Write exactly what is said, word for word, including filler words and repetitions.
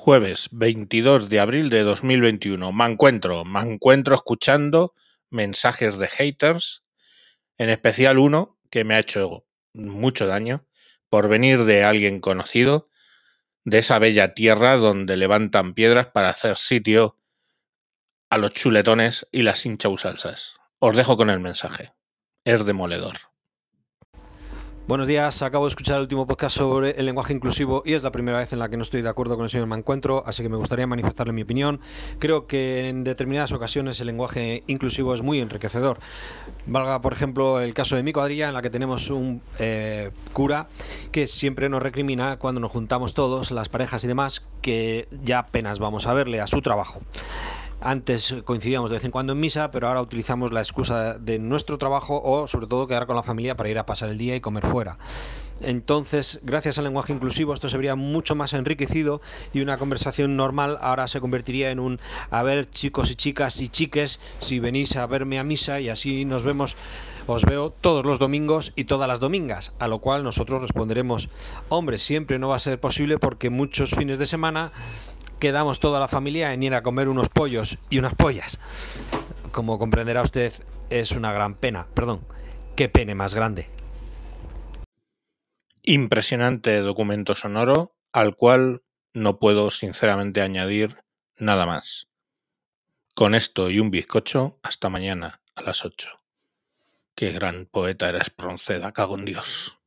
Jueves veintidós de abril de dos mil veintiuno. Me encuentro, me encuentro escuchando mensajes de haters, en especial uno que me ha hecho mucho daño por venir de alguien conocido, de esa bella tierra donde levantan piedras para hacer sitio a los chuletones y las hinchausalsas. Os dejo con el mensaje. Es demoledor. Buenos días, acabo de escuchar el último podcast sobre el lenguaje inclusivo y es la primera vez en la que no estoy de acuerdo con el señor Mancuentro, así que me gustaría manifestarle mi opinión. Creo que en determinadas ocasiones el lenguaje inclusivo es muy enriquecedor. Valga, por ejemplo, el caso de mi cuadrilla, en la que tenemos un eh, cura que siempre nos recrimina cuando nos juntamos todos, las parejas y demás, que ya apenas vamos a verle a su trabajo. Antes coincidíamos de vez en cuando en misa, pero ahora utilizamos la excusa de nuestro trabajo o sobre todo quedar con la familia para ir a pasar el día y comer fuera. Entonces, gracias al lenguaje inclusivo, esto se vería mucho más enriquecido y una conversación normal ahora se convertiría en un a ver, chicos y chicas y chiques, si venís a verme a misa, y así nos vemos, os veo todos los domingos y todas las domingas, a lo cual nosotros responderemos, hombre, siempre no va a ser posible porque muchos fines de semana quedamos toda la familia en ir a comer unos pollos y unas pollas. Como comprenderá usted, es una gran pena. Perdón, qué pene más grande. Impresionante documento sonoro al cual no puedo sinceramente añadir nada más. Con esto y un bizcocho, hasta mañana a las ocho. Qué gran poeta era Espronceda, cago en Dios.